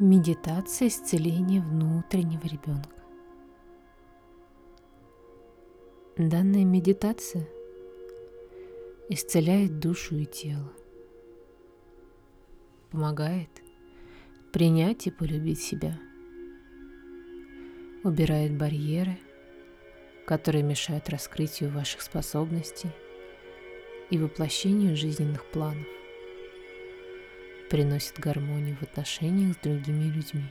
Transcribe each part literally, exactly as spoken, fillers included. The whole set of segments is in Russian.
Медитация исцеления внутреннего ребенка. Данная медитация исцеляет душу и тело, помогает принять и полюбить себя, убирает барьеры, которые мешают раскрытию ваших способностей и воплощению жизненных планов, приносит гармонию в отношениях с другими людьми.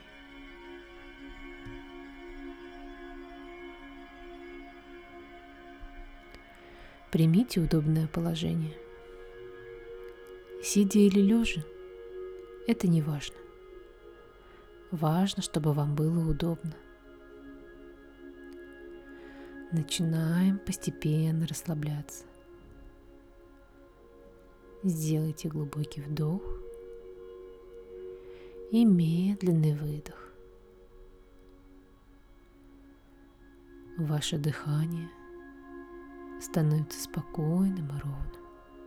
Примите удобное положение. Сидя или лежа, это не важно. Важно, чтобы вам было удобно. Начинаем постепенно расслабляться. Сделайте глубокий вдох и медленный выдох. Ваше дыхание становится спокойным и ровным.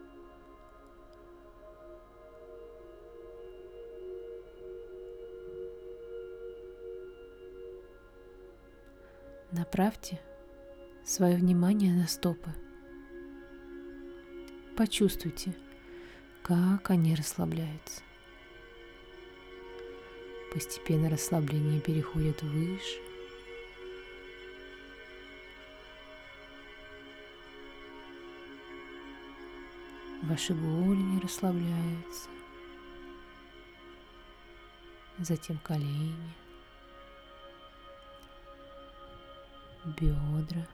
Направьте свое внимание на стопы. Почувствуйте, как они расслабляются. Постепенно расслабление переходит выше. Ваши голени расслабляются. Затем колени, бедра,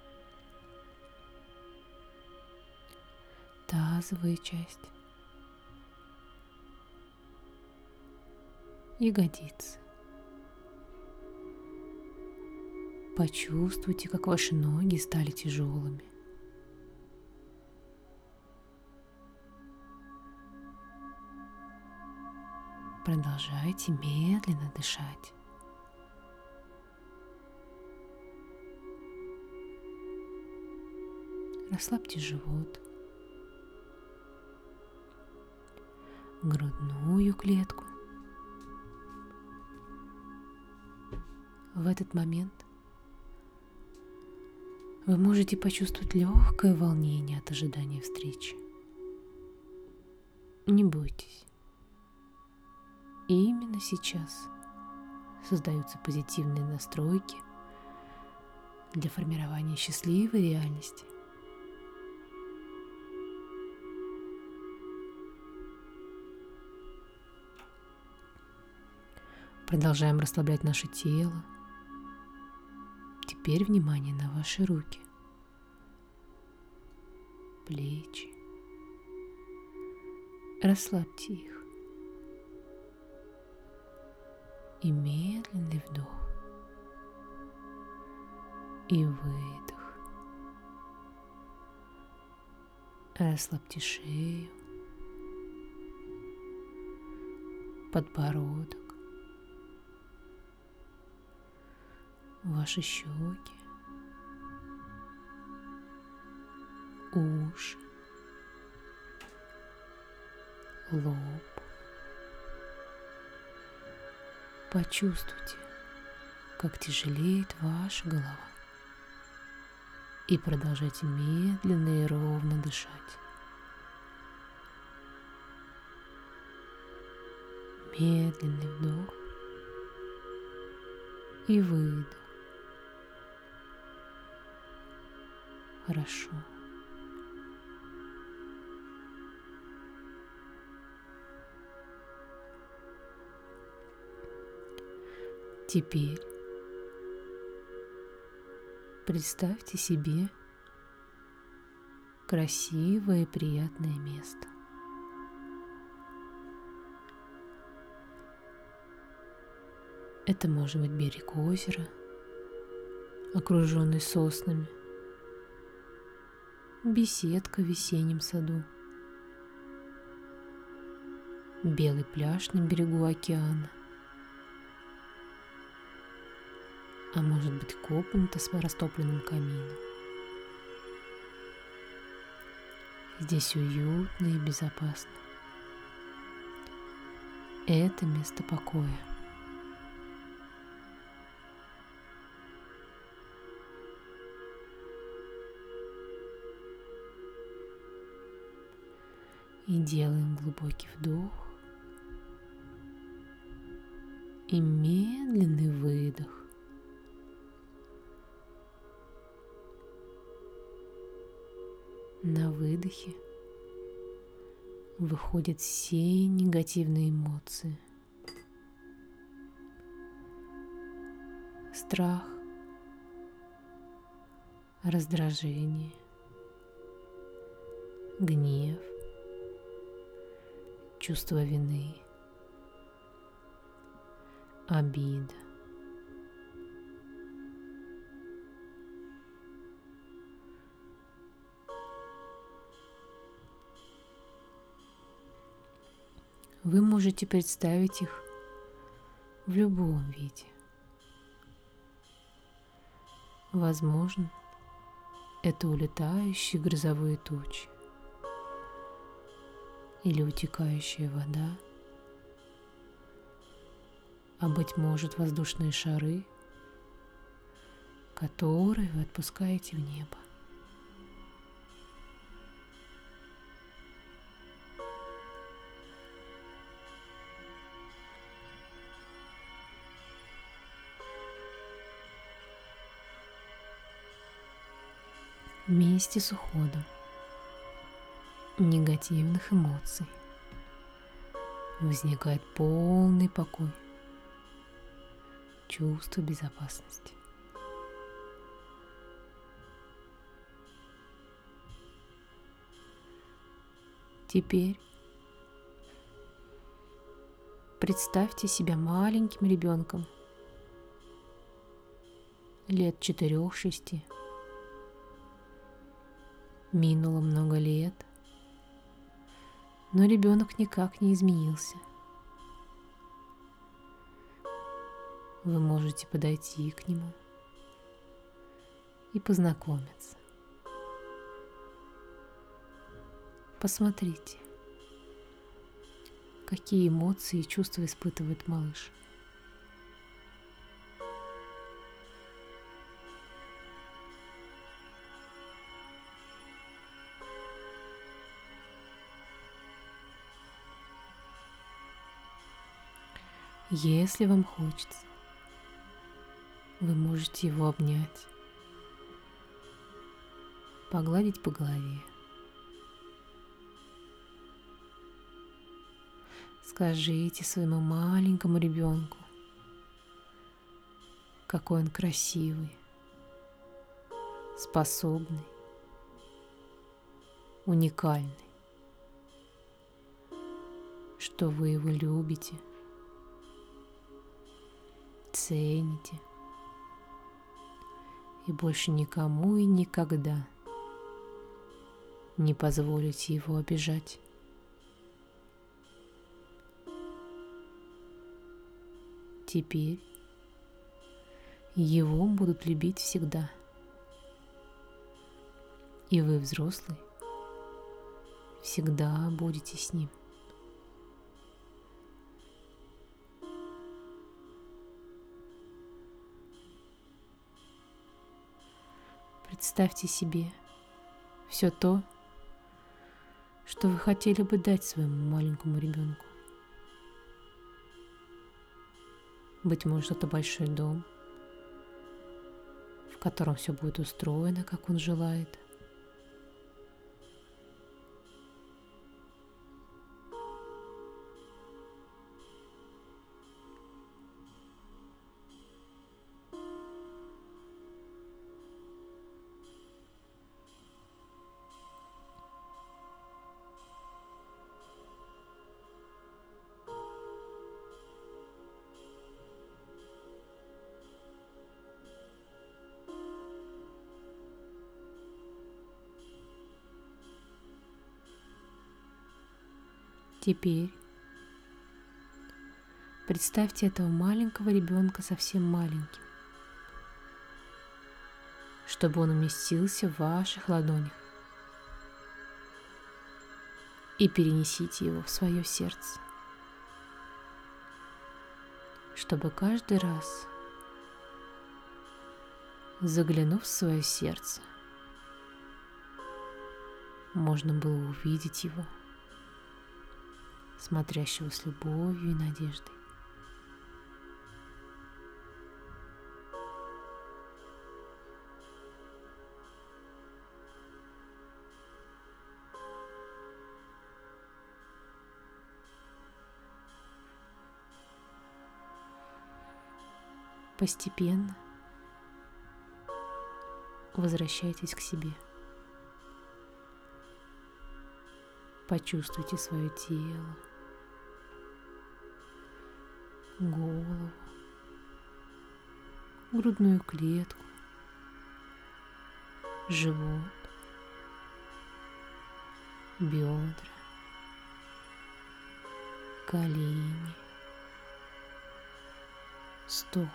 тазовая часть, ягодицы. Почувствуйте, как ваши ноги стали тяжелыми. Продолжайте медленно дышать. Расслабьте живот, грудную клетку. В этот момент вы можете почувствовать легкое волнение от ожидания встречи. Не бойтесь. Именно сейчас создаются позитивные настройки для формирования счастливой реальности. Продолжаем расслаблять наше тело. Теперь внимание на ваши руки, плечи. Расслабьте их. И медленный вдох и выдох. Расслабьте шею, подбородок, ваши щеки, уши, лоб. Почувствуйте, как тяжелеет ваша голова. И продолжайте медленно и ровно дышать. Медленный вдох и выдох. Хорошо. Теперь представьте себе красивое и приятное место. Это может быть берег озера, окруженный соснами, беседка в весеннем саду, белый пляж на берегу океана, а может быть комната с растопленным камином. Здесь уютно и безопасно. Это место покоя. И делаем глубокий вдох и медленный выдох. На выдохе выходят все негативные эмоции. Страх, раздражение, гнев, чувство вины, обида. Вы можете представить их в любом виде. Возможно, это улетающие грозовые тучи или утекающая вода, а быть может воздушные шары, которые вы отпускаете в небо. Вместе с уходом негативных эмоций возникает полный покой, чувство безопасности. Теперь представьте себя маленьким ребенком лет четырех-шести. Минуло много лет, но ребенок никак не изменился. Вы можете подойти к нему и познакомиться. Посмотрите, какие эмоции и чувства испытывает малыш. Если вам хочется, вы можете его обнять, погладить по голове. Скажите своему маленькому ребенку, какой он красивый, способный, уникальный, что вы его любите, цените и больше никому и никогда не позволите его обижать. Теперь его будут любить всегда, и вы, взрослый, всегда будете с ним. Представьте себе все то, что вы хотели бы дать своему маленькому ребенку. Быть может, это большой дом, в котором все будет устроено, как он желает. Теперь представьте этого маленького ребенка совсем маленьким, чтобы он уместился в ваших ладонях, и перенесите его в свое сердце, чтобы каждый раз, заглянув в свое сердце, можно было увидеть его смотрящего с любовью и надеждой. Постепенно возвращайтесь к себе. Почувствуйте свое тело, голову, грудную клетку, живот, бедра, колени, стопы.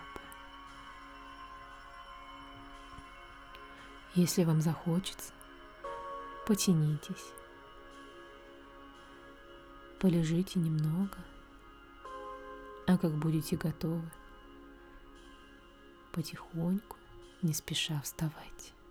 Если вам захочется, потянитесь, полежите немного, а как будете готовы, потихоньку, не спеша вставайте.